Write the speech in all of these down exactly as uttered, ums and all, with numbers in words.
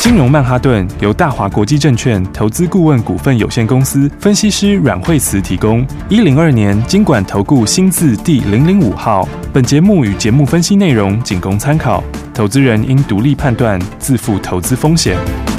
金融曼哈顿由大华国际证券投资顾问股份有限公司分析师阮惠慈提供。一零二年金管投顾新字第零零五号。本节目与节目分析内容仅供参考，投资人应独立判断，自负投资风险。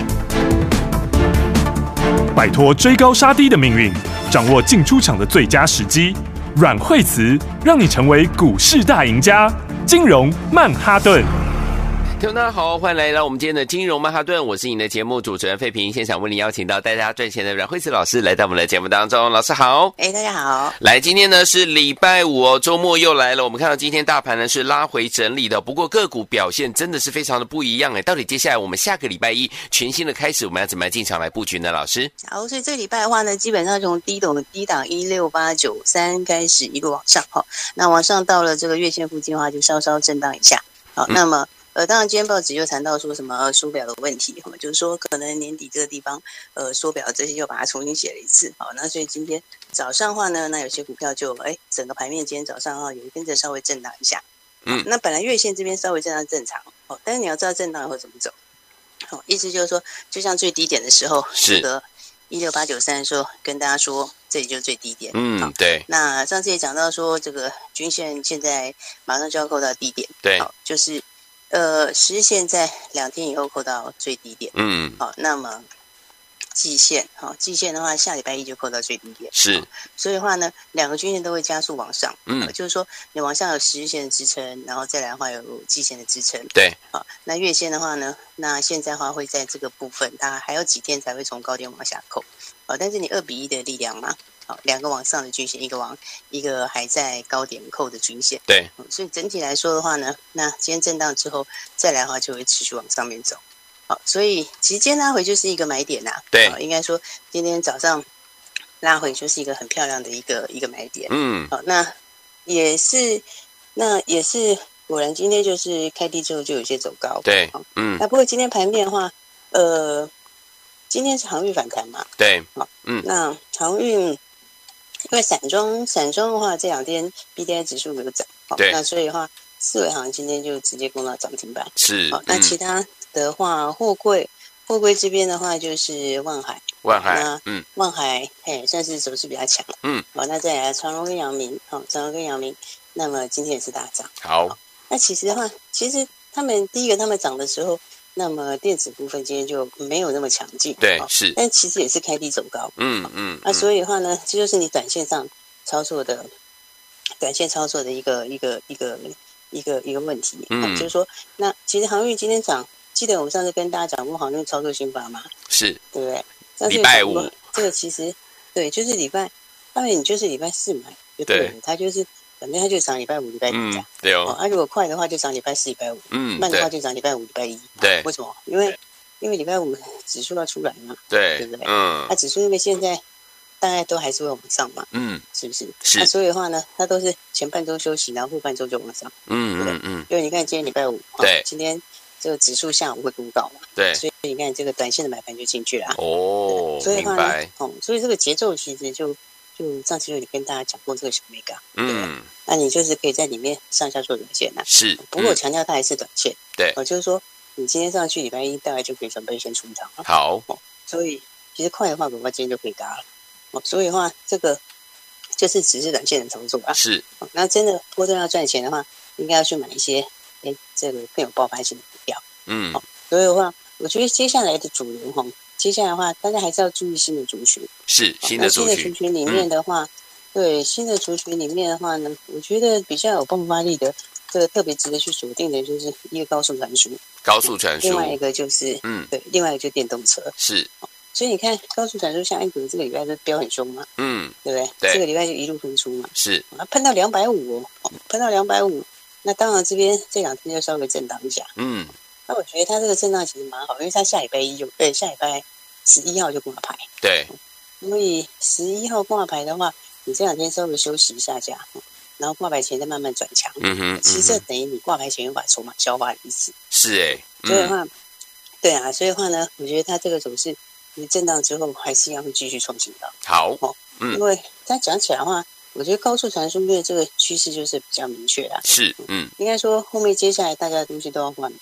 摆脱追高杀低的命运，掌握进出场的最佳时机。阮惠慈让你成为股市大赢家。金融曼哈顿。 听众大家好，欢迎来到我们今天的金融曼哈顿，我是你的节目主持人费平，现场为您邀请到带大家赚钱的阮惠慈老师来到我们的节目当中。老师好。 哎，大家好。 来，今天呢是礼拜五哦，周末又来了。我们看到今天大盘呢是拉回整理的，不过个股表现真的是非常的不一样哎。到底接下来我们下个礼拜一全新的开始，我们要怎么样进场来布局呢？老师？ 好，所以这个礼拜的话呢，基本上从低档低档一六八九三开始一路往上哈，那往上到了这个月线附近的话，就稍稍震荡一下。好，嗯、那么。呃，当然，今天报纸就谈到说什么缩表的问题，就是说可能年底这个地方，呃，缩表这些又把它重新写了一次，好，那所以今天早上的话呢，那有些股票就，哎，整个盘面今天早上哈有跟着稍微震荡一下，嗯，那本来月线这边稍微震荡正常，哦，但是你要知道震荡会怎么走，哦，意思就是说，就像最低点的时候， 是这个一六八九三的时候，跟大家说这里就是最低点， 嗯，对。 那上次也讲到说，这个均线现在马上就要扣到低点， 对， 好，就是。呃，十日线在两天以后扣到最低点，嗯，好，那么季线，好，季线的话，下礼拜一就扣到最低点， 是， 所以的话呢，两个均线都会加速往上， 嗯， 就是说你往上有十日线的支撑，然后再来的话有季线的支撑， 对， 好，那月线的话呢，那现在的话会在这个部分，它还有几天才会从高点往下扣，好，但是你二比一的力量嘛。好，两个往上的均线，一个往一个还在高点扣的均线， 对、 嗯，所以整体来说的话呢，那今天震荡之后再来的话，就会持续往上面走。好，所以其实今天拉回就是一个买点呐、啊， 对、 哦，应该说今天早上拉回就是一个很漂亮的一个一个买点， 嗯， 好，那也是那也是果然今天就是开低之后就有些走高， 对，嗯， 那不过今天盘面的话，呃，今天是航运反弹嘛， 对， 好， 嗯， 那航运。因为散装散装的话，这两天 B D I 指数有涨， 对， 那所以的话，四维行今天就直接攻到涨停板。 是， 好，那其他的话，货柜货柜这边的话就是万海， 万海， 那嗯， 万海嘿算是走势比较强， 嗯， 好，那再来长荣跟阳明，好，长荣跟阳明，那么今天也是大涨。 好， 好，那其实的话，其实他们第一个他们涨的时候。那么电子部分今天就没有那么强劲， 对，是， 但其实也是开低走高， 嗯嗯， 那、啊、所以的话呢，这就是你短线上操作的，短线操作的一个一个一个一个一个问题，嗯，就是说，那其实航运今天涨，记得我们上次跟大家讲过航运操作心法吗？ 是， 对不对？ 礼拜五， 这个其实对，就是礼拜，当然你就是礼拜四买就对了，它就是。反正它就涨礼拜五、礼拜一这样， 对哦。 啊，如果快的话就涨礼拜四、礼拜五，嗯，慢的话就涨礼拜五、礼拜一。 对， 为什么？因为因为礼拜五指数要出来嘛， 对， 对不对？ 嗯， 它指数因为现在大概都还是会往上嘛，嗯，是不是？ 是。 那所以的话呢，它都是前半周休息，然后后半周就往上， 嗯嗯嗯。 因为你看今天礼拜五， 对， 今天这个指数下午会公告嘛， 对， 所以你看这个短线的买盘就进去了。 哦， 所以的话呢， 哦，所以这个节奏其实就。就上次就跟大家讲过这个小美感， 嗯， 那你就是可以在里面上下做短线呐、啊。 是， 不过我强调它还是短线。 对， 哦，就是说你今天上去礼拜一大概就可以准备先出场了。 好， 哦，所以其实快的话，恐怕今天就可以嘎了。哦，所以的话，这个就是只是短线的操作啊。 是， 哦，那真的波段要赚钱的话，应该要去买一些哎这个更有爆发性的股票。嗯，哦，所以的话，我觉得接下来的主流哈。接下来的话，大家还是要注意新的族群， 是新的族群。 新的族群里面的话，嗯、对新的族群里面的话呢，我觉得比较有爆发力的，这个特别值得去锁定的，就是一个高速传输， 高速传输， 另外一个就是嗯，对，另外一个就是电动车， 是。 所以你看高速传输，像安格这个礼拜就飙很凶嘛，嗯，对不对？ 对， 这个礼拜就一路喷出嘛， 是， 啊，喷到两百五哦，喷到两百五，那当然这边这两天就稍微震荡一下，嗯，那我觉得它这个震荡其实蛮好，因为它下礼拜一就，对，下礼拜。十一号就挂牌， 对， 所以十一号挂牌的话，你这两天稍微休息一下下，然后挂牌前再慢慢转强。嗯哼，其实这等于你挂牌前又把筹码消化一次。 是哎、欸， 所以的话，对啊，所以的话呢，我觉得它这个走势，你震荡之后还是一样会继续创新的。 好， 哦，嗯，因为它讲起来的话，我觉得高速传输的这个趋势就是比较明确啦。 是，嗯， 应该说后面接下来大家的东西都要换嘛。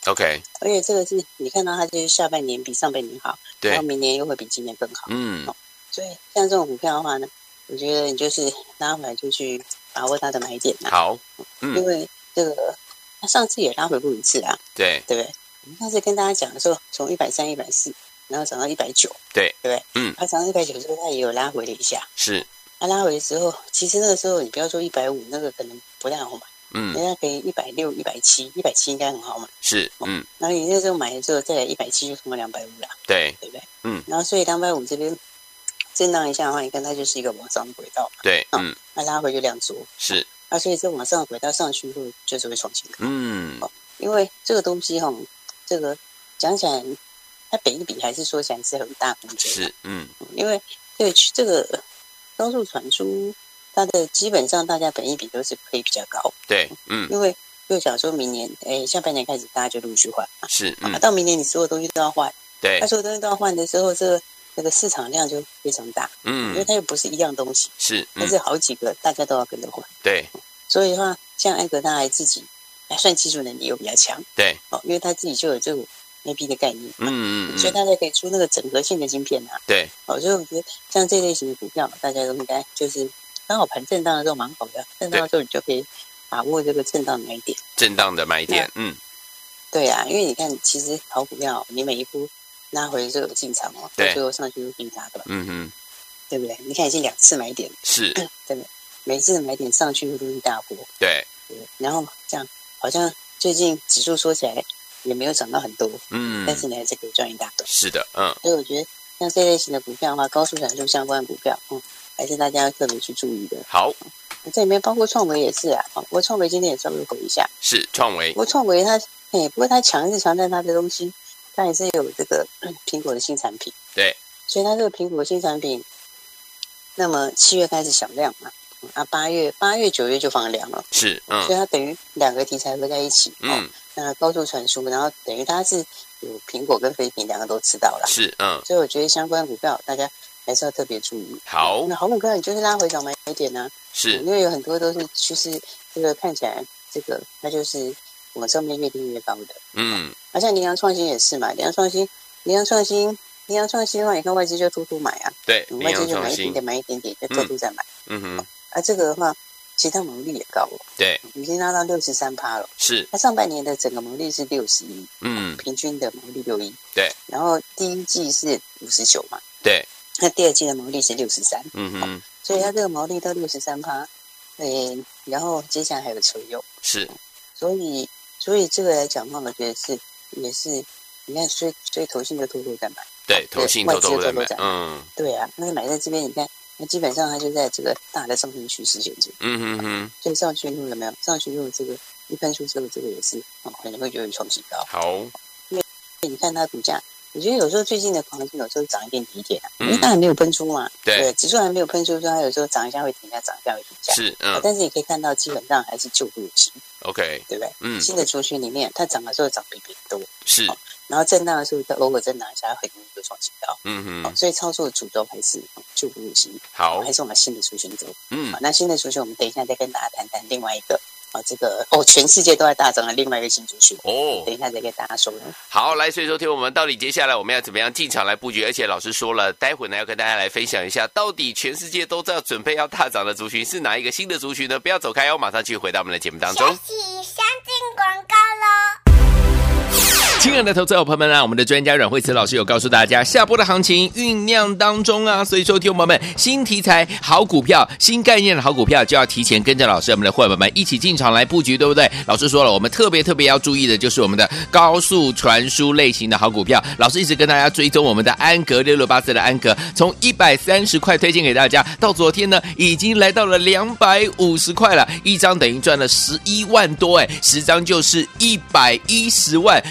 OK， 而且这个是你看到它就是下半年比上半年好， 对， 然后明年又会比今年更好。 嗯， 哦、所以像这种股票的话呢，我觉得你就是拉回来就去把握它的买点啦。 好，嗯， 因为这个它上次也拉回过一次啊， 对， 对不对？我们上次跟大家讲的时候，从一百三、一百四，然后涨到一百九， 对， 对不对？ 嗯， 它涨到一百九之后，它也有拉回了一下。 是， 它拉回的时候，其实那个时候你不要说一百五，那个可能不太好买。 嗯， 人家可以一百六、一百七，一百七应该很好买。 是，嗯， 然后你那时候买的时候，再来一百七就冲到两百五了， 对， 对不对？ 嗯， 然后所以两百五这边震荡一下的话，你看它就是一个往上的轨道， 对，嗯， 那拉回就量缩， 是， 啊，所以这往上的轨道上去后就是会创新高， 嗯， 因为这个东西哈，这个讲起来，它比一比还是说起来是很大空间， 是，嗯， 因为对这个高速传输。它的基本上大家本益比都是可以比较高， 对，嗯， 因为就假如说明年，哎，下半年开始大家就陆续换嘛， 是，嗯， 啊，到明年你所有东西都要换， 对， 它所有东西都要换的时候，这个这个市场量就非常大， 嗯， 因为它又不是一样东西， 是， 它是好几个，大家都要跟着换， 对， 所以的话，像安格他还自己还算技术能力又比较强， 对， 哦，因为他自己就有这种 A P 的概念， 嗯嗯， 所以他才可以出那个整合性的晶片啊， 对， 哦，所以我觉得像这类型的股票，大家都应该就是刚好盘震荡的时候蛮好的，震荡的时候你就可以把握这个震荡的买点， 震荡的买点，嗯， 对啊，因为你看，其实好股票，你每一波拉回就有进场哦，到最后上去就平砸的， 嗯哼， 对不对？你看已经两次买点， 是， 对不对？每次买点上去都是大波， 对， 对，然后这样好像最近指数说起来也没有涨到很多， 嗯， 但是你还是可以赚一大段， 是的，嗯， 所以我觉得像这类型的股票的话，高速传输相关的股票，嗯，还是大家要特别去注意的。 好， 这里面包括创维也是啊，不过创维今天也稍微回一下， 是创维不，过创维它，哎，不过它强是强在它的东西，它也是有这个嗯苹果的新产品， 对， 所以它这个苹果新产品，那么七月开始小量嘛，啊，八月、八月、九月就放量了， 是， 所以嗯它等于两个题材合在一起，哦、 嗯， 那高速传输，然后等于它是有苹果跟非苹两个都吃到了， 是，嗯， 所以我觉得相关股票大家还是要特别注意。 好， 那好股票你就是拉回涨买点呢、啊， 是， 因为有很多都是就是这个看起来这个它就是往上面越定越高的， 嗯， 好像羚羊创新也是嘛，羚羊创新，羚羊创新，羚羊创新的话，你看外资就偷偷买啊， 对， 嗯、 羚外资就羊创新， 买一点点，买一点点，就偷偷在买。 嗯哼， 而、啊、这个的话，其实它毛利也高了， 对， 已经拉到六十三趴了。 是， 它上半年的整个毛利是六十一， 嗯， 平均的毛利六一， 对， 然后第一季是五十九嘛， 对， 那第二季的毛利是六十三， 嗯哼， 所以它这个毛利到六十三趴，诶，然后接下来还有车用， 是， 所以所以这个来讲的话，我觉得是也是，你看，所以所以投信就偷偷在买， 对，投信偷偷在买，嗯， 对啊，那买在这边，你看，那基本上它就在这个大的上升趋势线这， 嗯哼哼， 所以上去路有没有？上去路这个一喷出之后，这个也是哦，可能会觉得创新高。 好， 因为你看它股价，我觉得有时候最近的行情有时候涨一点跌一点、啊， 嗯因为它还没有喷出嘛， 对， 指数还没有喷出，所以它有时候涨一下会停一下，涨一下会停一下， 是，嗯， 啊、但是你可以看到，基本上还是旧路型 ，OK， 对不对？ 嗯， 新的族群里面，它涨的时候涨比别人多， 是， 哦然后震荡的时候，它偶尔震荡一下，很容易就创新高。 嗯哼， 所以操作的主轴还是旧路型， 好， 还是往新的族群走。 嗯， 那新的族群，我们等一下再跟大家谈谈另外一个啊，这个哦，全世界都在大涨的另外一个新族群哦， 等一下再跟大家说。 好，来，所以说听我们到底接下来我们要怎么样进场来布局？而且老师说了，待会呢要跟大家来分享一下，到底全世界都在准备要大涨的族群是哪一个新的族群呢？不要走开哦，马上继续回到我们的节目当中。 学习相进广告喽。 亲爱的投资者朋友们啊，我们的专家阮慧慈老师有告诉大家，下波的行情酝酿当中啊，所以说听众朋友们，新题材好股票、新概念的好股票，就要提前跟着老师我们的会员们一起进场来布局，对不对？老师说了，我们特别特别要注意的就是我们的高速传输类型的好股票。老师一直跟大家追踪我们的安格六六八四的安格，从一百三十块推荐给大家，到昨天呢已经来到了两百五十块了，一张等于赚了十一万多，哎，十张就是一百一十万，十张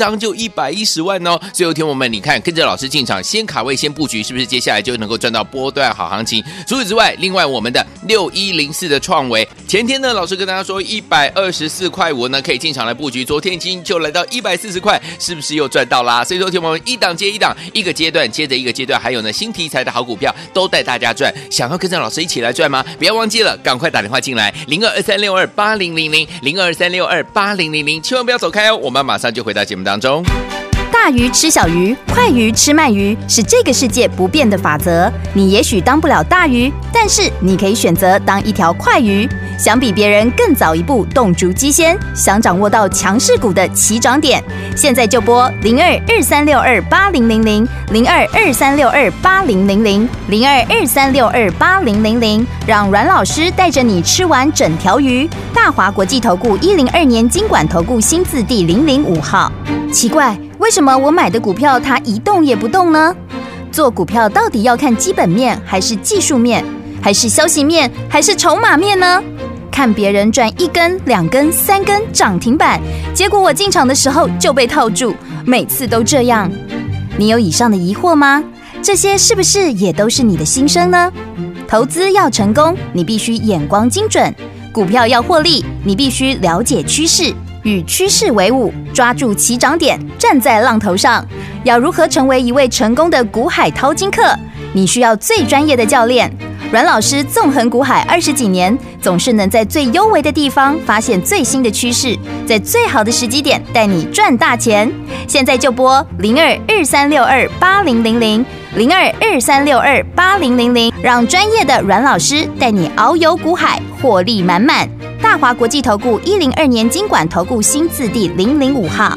张就一百一十万哦。所以有听我们，你看跟着老师进场，先卡位先布局，是不是接下来就能够赚到波段好行情？除此之外，另外我们的六一零四的创维，前天呢老师跟大家说一百二十四块五呢可以进场来布局，昨天已经就来到一百四十块，是不是又赚到啦？所以说听我们一档接一档，一个阶段接着一个阶段，还有呢新题材的好股票都带大家赚。想要跟着老师一起来赚吗？不要忘记了，赶快打电话进来零二二三六二八零零零零二三六二八零零零，千万不要走开哦，我们马上就回到节目当中。 大鱼吃小鱼，快鱼吃慢鱼，是这个世界不变的法则。你也许当不了大鱼，但是你可以选择当一条快鱼。想比别人更早一步动足机先，想掌握到强势股的起涨点，现在就拨零二二三六二八零零零零二二三六二八零零零零二二三六二八零零零，让阮老师带着你吃完整条鱼。大华国际投顾一零二年金管投顾新字第零零五号。奇怪，为什么我买的股票它一动也不动呢？做股票到底要看基本面，还是技术面，还是消息面，还是筹码面呢？看别人赚一根、两根、三根涨停板，结果我进场的时候就被套住，每次都这样。你有以上的疑惑吗？这些是不是也都是你的心声呢？投资要成功，你必须眼光精准；股票要获利，你必须了解趋势，与趋势为伍，抓住起涨点，站在浪头上。要如何成为一位成功的股海淘金客？你需要最专业的教练。阮老师纵横股海二十几年，总是能在最优微的地方发现最新的趋势，在最好的时机点带你赚大钱。现在就拨零二二三六二八零零零零二二三六二八零零零，让专业的阮老师带你遨游股海，获利满满。大华国际投顾一零二年金管投顾新字第零零五号。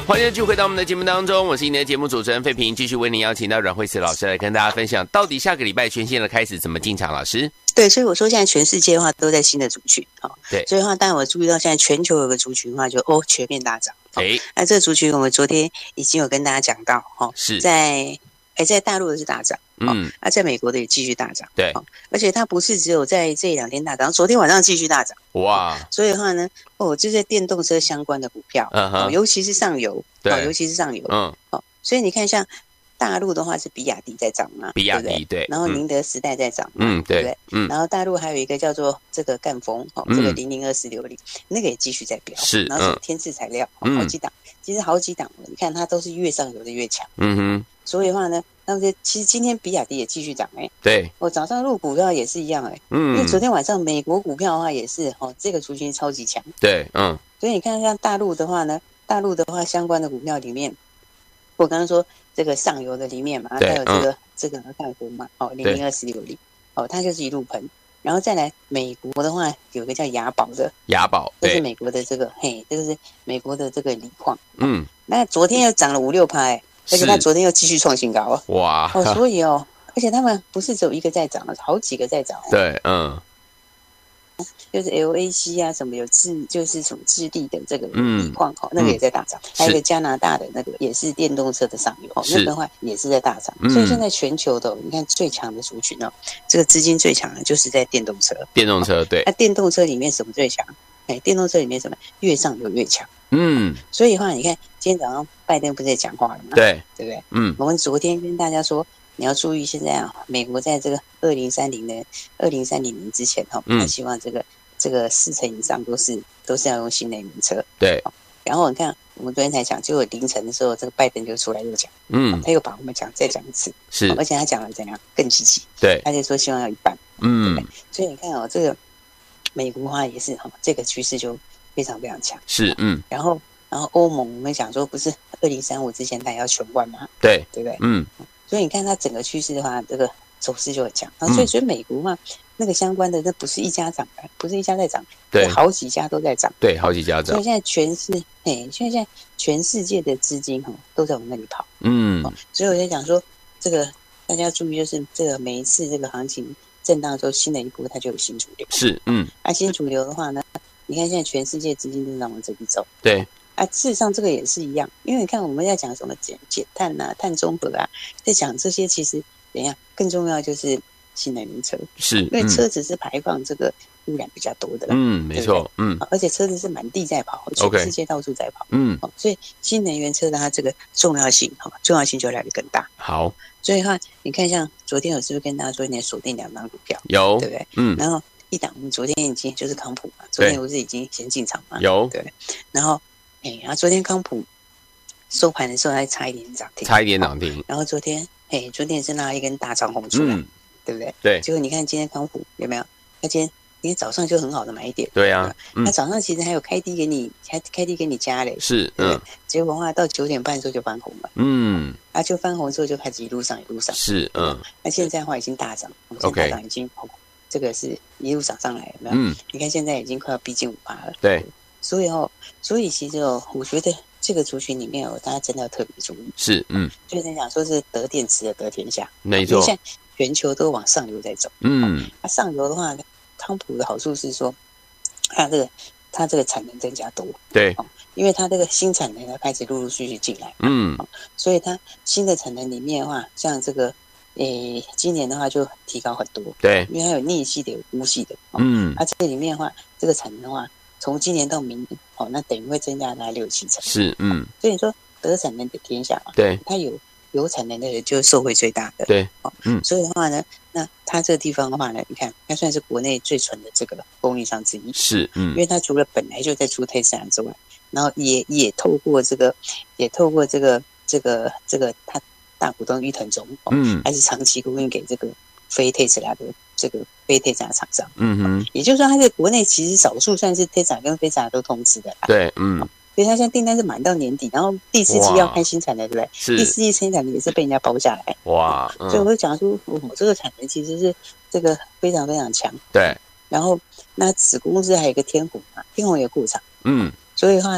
欢迎继续回到我们的节目当中，我是你的节目主持人费平，继续为您邀请到阮慧慈老师来跟大家分享，到底下个礼拜全新的开始怎么进场？老师， 对，所以我说现在全世界的话都在新的族群，好、哦， 对， 所以的话，当然我注意到现在全球有个族群的话就，哦全面大涨，哎、哦，那这个族群我们昨天已经有跟大家讲到，哈、哦， 是在哎在大陆的是大涨，嗯，那、哦啊、在美国的也继续大涨， 对、 哦，而且它不是只有在这两天大涨，昨天晚上继续大涨， 哇， 所以的话呢，哦，这些电动车相关的股票，嗯、哦，尤其是上游， 对、 哦，尤其是上游， 嗯， 哦，所以你看像。大陆的话是比亚迪在涨嘛， 比亚迪 对, 对，然后宁德时代在涨， 嗯，对不对？ 嗯，然后大陆还有一个叫做这个赣锋，哦，这个零零二四六零，那个也继续在飙， 是， 然后是天赐材料，嗯，好几档，其实好几档，你看它都是越上游的越强， 嗯哼， 所以的话呢，那么其实今天比亚迪也继续涨，哎， 对， 我早上入股票也是一样，哎，嗯，因为昨天晚上美国股票的话也是，哦，这个族群超级强， 对，嗯， 所以你看像大陆的话呢，大陆的话相关的股票里面，我刚刚说。这个上游的里面嘛，还有这个、嗯、这个赣锋嘛，哦，零零二四六零，哦，它就是一路喷，然后再来美国的话，有个叫雅宝的， 雅宝， 这是美国的这个，嘿，这个是美国的这个锂矿， 嗯， 那昨天又涨了五六趴，哎，而且它昨天又继续创新高哦， 哇， 哦，所以哦，而且他们不是只有一个在涨，好几个在涨， 对，嗯。 就是 L A C 啊，什么有智，就是什么智利的这个锂矿哈、嗯，那个也在大涨、嗯。还有一个加拿大的那个也是电动车的上游，那个的话也是在大涨、嗯。所以现在全球的，你看最强的族群哦，这个资金最强的就是在电动车。 电动车对。 那、啊、电动车里面什么最强？哎，电动车里面什么越上游越强。 嗯。所以的话，你看今天早上拜登不是在讲话了吗？ 对， 对不对？ 嗯。 我们昨天跟大家说。你要注意，现在啊，美国在这个二零三零年、二零三零年之前哈，他希望这个这个四成以上都是都是要用新能源车。 对。 然后你看，我们昨天才讲，就有凌晨的时候，这个拜登就出来又讲， 嗯， 他又把我们讲再讲一次， 是， 而且他讲了怎样更积极， 对， 他就说希望要一半， 嗯， 对。所以你看哦，这个美国的话也是哈，这个趋势就非常非常强， 是，嗯。 然后然后欧盟我们讲说，不是二零三五之前他也要全关吗？ 对， 对不对？ 嗯。 所以你看它整个趋势的话，这个走势就很强。然后所以所以美国嘛，那个相关的那不是一家涨的，不是一家在涨， 对， 好几家都在涨， 对，好几家涨。 所以现在全世，哎，现在全世界的资金哈都在往那里跑， 嗯、 哦。所以我在讲说，这个大家注意，就是这个每一次这个行情震荡之后，新的一波它就有新主流。 是，嗯。 那、啊、新主流的话呢，你看现在全世界资金都在往这里走， 对。 啊，事实上这个也是一样，因为你看我们在讲什么减减碳啊、碳中和啊，在讲这些，其实怎样更重要就是新能源车， 是， 因为车子是排放这个污染比较多的啦， 嗯，没错，嗯， 而且车子是满地在跑，全世界到处在跑， 嗯， 所以新能源车的它这个重要性，哈，重要性就来得更大。 好， 所以的话，你看像昨天我是不是跟大家说，你锁定两档股票， 有， 对不对？ 嗯， 然后一档我们昨天已经就是康普嘛，昨天不是已经先进场嘛， 有， 对，然后。哎，然后昨天康普收盘的时候还差一点涨停， 差一点涨停。 然后昨天，哎，昨天是拉一根大长红出来，嗯、对不对？ 对。 结果你看今天康普有没有？他今天今天早上就很好的买点。 对啊。 他、嗯、早上其实还有开低给你，还开低给你加嘞。 是， 嗯。结果的话到九点半的时候就翻红了。 嗯。 啊，就翻红之后就开始一路上一路上。 是，嗯。 那现在的话已经大涨 ，OK， 大涨已经，这个是一路涨上来，有没有？嗯。你看现在已经快要逼近五趴了。 对。 所以哦，所以其实哦，我觉得这个族群里面哦，大家真的要特别注意。 是，嗯， 就是在讲说是得电池的得天下， 没错。 现在全球都往上游在走， 嗯， 那、啊、上游的话，康普的好处是说，它这个它这个产能增加多， 对， 哦、因为它这个新产能要开始陆陆续续进来， 嗯、 哦，所以它新的产能里面的话，像这个，诶，今年的话就提高很多， 对， 因为它有逆系的，有钨系的，哦、 嗯， 啊，这里面的话，这个产能的话。从今年到明年，哦，那等于会增加大概六七成。 是，嗯， 所以你说得产能的天下嘛， 对， 它有有产能的人就是受惠最大的， 对， 哦， 嗯， 所以的话呢，那它这个地方的话呢，你看它算是国内最纯的这个供应商之一， 是，嗯， 因为它除了本来就在出特斯拉之外，然后也也透过这个，也透过这个这个这个它大股东伊藤忠，哦、嗯，还是长期供应给这个非特斯拉的。这个非特斯拉厂商， 嗯哼， 也就是说，它在国内其实少数算是特斯拉跟非特斯拉都通吃的啦。 对，嗯， 所以它现在订单是满到年底，然后第四季要开新产能，对不对？ 是第四季新产能也是被人家包下来。 哇，嗯、 所以我就讲说，我、哦、这个产能其实是这个非常非常强。 对， 然后那子公司还有一个天虹嘛，天虹也扩厂， 嗯， 所以的话呢，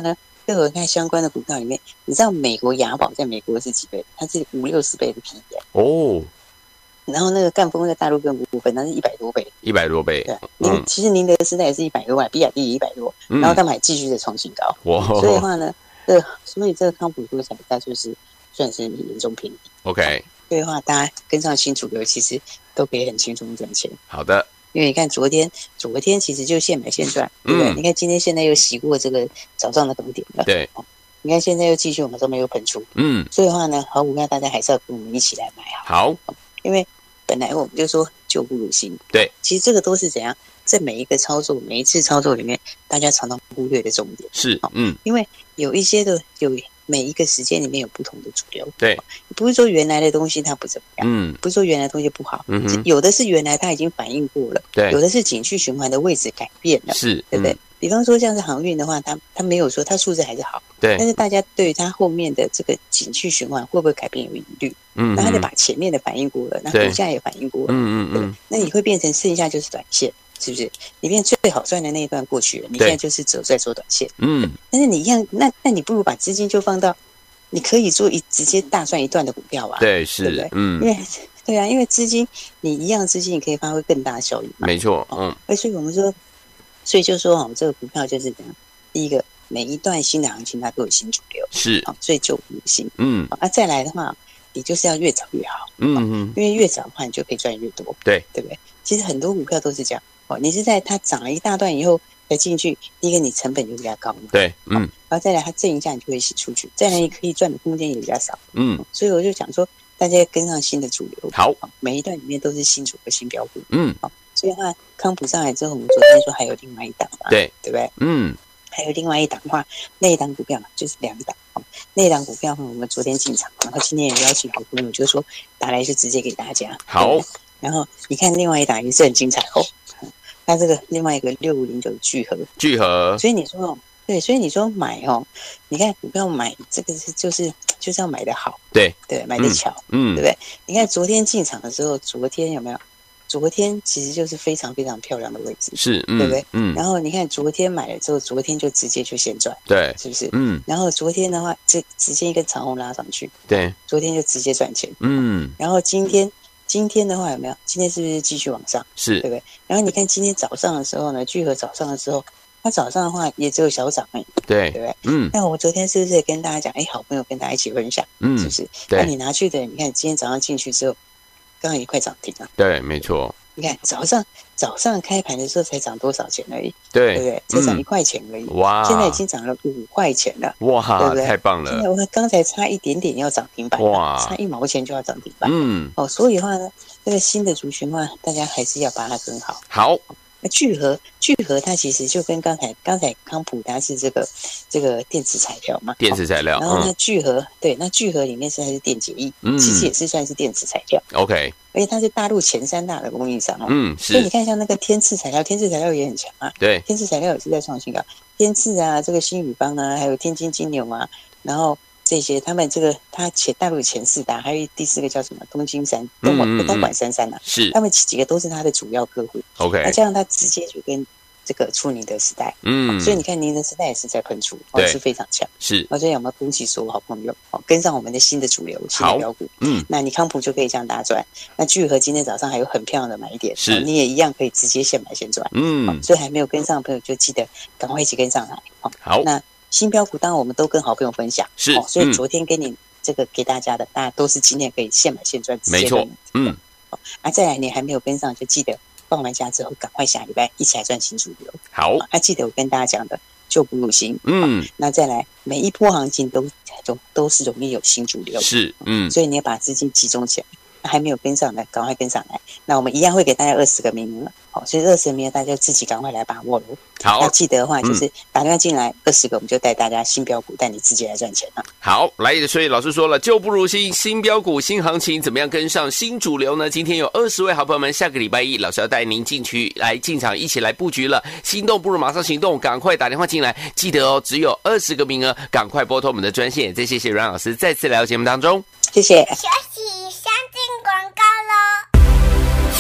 任何看相关的股票里面，你知道美国雅宝在美国是几倍？它是五六十倍的 P E 哦。 然后那个赣锋在大陆跟股份，它是一百多倍， 一百多倍。 对，您、嗯、其实宁德时代也是一百多万，比亚迪也一百多，嗯、然后他们还继续的创新高。哇！所以的话呢，这所以这个康普说起来，它就是算是严重偏低。 OK。 所以的话，大家跟上新主流，其实都可以很轻松赚钱。 好的。 因为你看昨天，昨天其实就现买现赚，对不对？嗯、你看今天现在又洗过这个早上的高点了。 对。 你看现在又继续往上面又喷出。嗯。所以的话呢，好股票大家还是要跟我们一起来买好。好。因为本来我们就说旧不如新， 对， 其实这个都是怎样，在每一个操作、每一次操作里面，大家常常忽略的重点是，嗯， 因为有一些的有每一个时间里面有不同的主流， 对， 不是说原来的东西它不怎么样，嗯，不是说原来的东西不好，嗯哼，有的是原来它已经反应过了， 对， 有的是景气循环的位置改变了， 是， 对不对？嗯，比方说像是航运的话，它它没有说它数字还是好， 对， 但是大家对于它后面的这个景气循环会不会改变有疑虑，嗯，那它就把前面的反应过了，那股价也反应过了，嗯嗯嗯，那你会变成剩下就是短线，是不是？你变最好赚的那一段过去了，你现在就是走在做短线，嗯，但是你一样，那那你不如把资金就放到你可以做一直接大赚一段的股票啊， 对，是，对不对？嗯， 因为对啊，因为资金你一样资金你可以发挥更大的效益嘛， 没错，嗯， 所以我们说。所以就说哦，这个股票就是这样。第一个，每一段新的行情它都有新主流， 是啊，所以就无新。嗯，啊，再来的话，你就是要越早越好。嗯嗯，因为越早的话，你就可以赚越多。 对， 对不对？其实很多股票都是这样。哦，你是在它涨了一大段以后才进去，第一个你成本就比较高嘛。 对，嗯， 然后再来它震一下，你就会洗出去。再来你可以赚的空间也比较少。嗯，所以我就讲说，大家要跟上新的主流。 好， 每一段里面都是新主流、新标股。嗯，好。所以的话，康普上来之后，我们昨天说还有另外一档嘛， 对， 对不对？嗯，还有另外一档的话，那一档股票就是两档，那一档股票我们昨天进场，然后今天也邀请好朋友，就是说打来就直接给大家。 好， 然后你看另外一档也是很精彩哦，它这个另外一个六五零九聚合， 聚合， 所以你说对，所以你说买哦，你看股票买这个是就是就是要买得好， 对对，买得巧，嗯，对不对？你看昨天进场的时候，昨天有没有？昨天其实就是非常非常漂亮的位置， 是，嗯、 对不对？嗯。然后你看，昨天买了之后，昨天就直接就先赚， 对， 是不是？嗯。然后昨天的话，这直接一根长红拉上去， 对， 昨天就直接赚钱，嗯。然后今天，今天的话有没有？今天是不是继续往上？ 是， 对不对？然后你看今天早上的时候呢，聚合早上的时候，它早上的话也只有小涨而已， 对， 对不对？ 嗯。 那我昨天是不是也跟大家讲？哎，好朋友跟大家一起分享，嗯，是不是？ 对。 那你拿去的，你看今天早上进去之后，刚刚也快涨停了， 对，没错。 你看早上早上开盘的时候才涨多少钱而已， 对， 对不对？才涨一块钱而已，哇！现在已经涨了五块钱了， 哇， 对不对？ 太棒了！ 现在我们刚才差一点点要涨停板，哇，差一毛钱就要涨停板，嗯，哦，所以的话呢，这个新的族群的话，大家还是要把它跟好。 好， 那聚合聚合它其实就跟刚才刚才康普它是这个这个电子材料嘛， 电子材料， 然后那聚合、嗯、对，那聚合里面是还是电解液，嗯，其实也是算是电子材料 ，OK。 而且它是大陆前三大的供应商哦， 嗯，是。 所以你看，像那个天赐材料，天赐材料也很强啊。 对， 天赐材料也是在创新高。天赐啊，这个新宇邦啊，还有天津金牛啊，然后这些他们这个它前大陆前四大，还有第四个叫什么东金山、东莞、嗯嗯、东莞三山啊， 是。 他们几个都是他的主要客户。 OK， 那这样他直接就跟这个出宁德时代，嗯，所以你看宁德时代也是在喷出，哦，是非常强， 是。 所以我们恭喜所有好朋友，哦，跟上我们的新的主流新的标股，嗯，那你康普就可以这样大赚。那聚合今天早上还有很漂亮的买点， 是， 你也一样可以直接现买现赚，嗯，所以还没有跟上的朋友就记得赶快一起跟上来， 好。 那新标股当然我们都跟好朋友分享， 是， 哦，所以昨天给你这个给大家的，大家都是今天可以现买现赚， 没错，嗯， 啊，再来你还没有跟上就记得。放完假之后，赶快下礼拜一起来赚新主流。 好， 还、啊、记得我跟大家讲的旧不入新。嗯，那再来，每一波行情都都都是容易有新主流。 是，嗯， 所以你要把资金集中起来。还没有跟上的，赶快跟上来。那我们一样会给大家二十个名额，好，所以二十个名额大家就自己赶快来把握喽。 好， 那记得的话就是打电话进来二十个，我们就带大家新标股，带你自己来赚钱了。 好，来，所以老师说了，旧不如新，新标股，新行情，怎么样跟上新主流呢？今天有二十位好朋友们，下个礼拜一，老师要带您进去来进场，一起来布局了。心动不如马上行动，赶快打电话进来，记得哦，只有二十个名额，赶快拨通我们的专线。再谢谢阮老师再次来到节目当中， 谢谢。 休息，先进广告喽。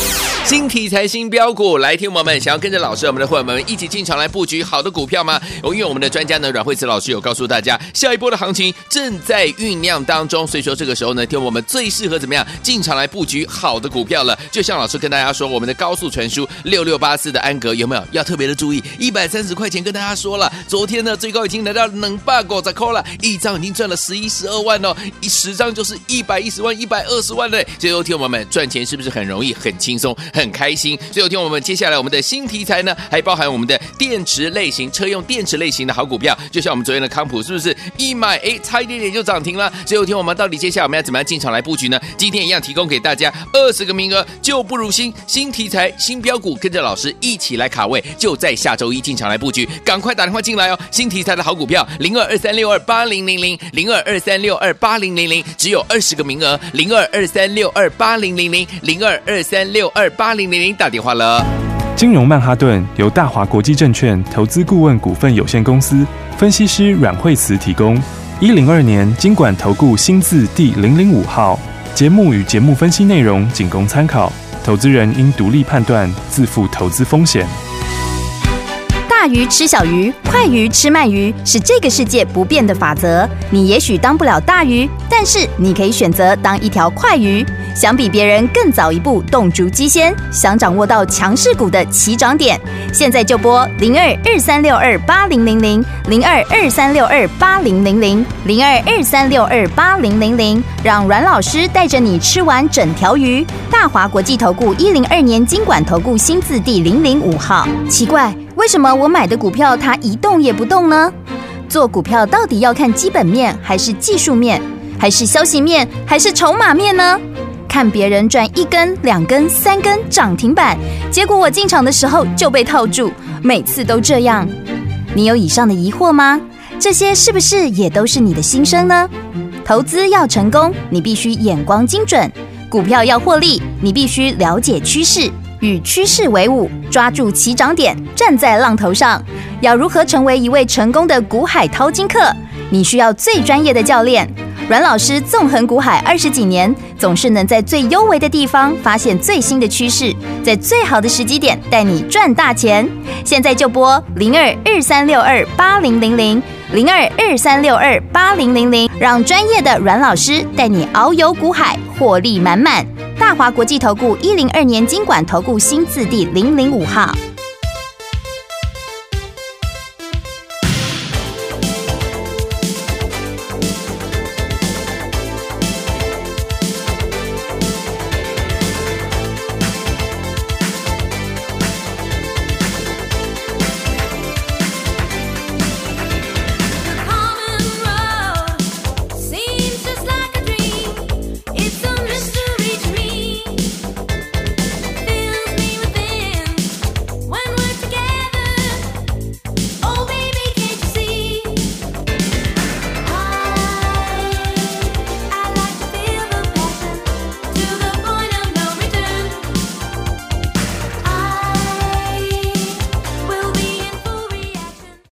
新题材新标股，来听我们想要跟着老师我们的伙伴们一起进场来布局好的股票吗？因为我们的专家呢阮慧慈老师有告诉大家，下一波的行情正在酝酿当中，所以说这个时候呢，听我们最适合怎么样进场来布局好的股票了。就像老师跟大家说，我们的高速传输六六八四的安格有没有要特别的注意？一百三十块钱跟大家说了，昨天呢最高已经来到两百五十块了，一张已经赚了十一十二万哦，一十张就是一百一十万、一百二十万嘞。所以有听我们赚钱是不是很容易、很轻松、很开心？所以有听我们接下来我们的新题材呢，还包含我们的电池类型、车用电池类型的好股票，就像我们昨天的康普，是不是一买哎差一点点就涨停了？所以有听我们到底接下来我们要怎么样进场来布局呢？今天一样提供给大家二十个名额，旧不如新，新题材、新标股，跟着老师一起来卡位，就在下周一进场来布局，赶快打电话进来哦！新题材的好股票，零二二三六二八零零零，零二二三六二八零零零，只有二十个名额，零二二三六二八零零零，零二二三六二八零零零，打电话了。 金融曼哈顿由大华国际证券投资顾问股份有限公司分析师阮慧慈提供。一零二年金管投顾新字第零零五号。节目与节目分析内容仅供参考，投资人应独立判断，自负投资风险。 大鱼吃小鱼，快鱼吃慢鱼，是这个世界不变的法则。你也许当不了大鱼，但是你可以选择当一条快鱼。想比别人更早一步动足机先，想掌握到强势股的起涨点，现在就拨零二二三六二八零零零零二二三六二八零零零零二二三六二八零零零，让阮老师带着你吃完整条鱼。大华国际投顾一零二年金管投顾新字第零零五号。奇怪，为什么我买的股票它一动也不动呢？做股票到底要看基本面，还是技术面，还是消息面，还是筹码面呢？看别人赚一根、两根、三根涨停板，结果我进场的时候就被套住，每次都这样。你有以上的疑惑吗？这些是不是也都是你的心声呢？投资要成功，你必须眼光精准；股票要获利，你必须了解趋势，与趋势为伍，抓住起涨点，站在浪头上。要如何成为一位成功的股海淘金客？你需要最专业的教练。阮老师纵横股海二十几年，总是能在最优微的地方发现最新的趋势，在最好的时机点带你赚大钱。现在就拨零二二三六二八零零零零二二三六二八零零零，让专业的阮老师带你遨游股海，获利满满。大华国际投顾一零二年金管投顾新字第零零五号。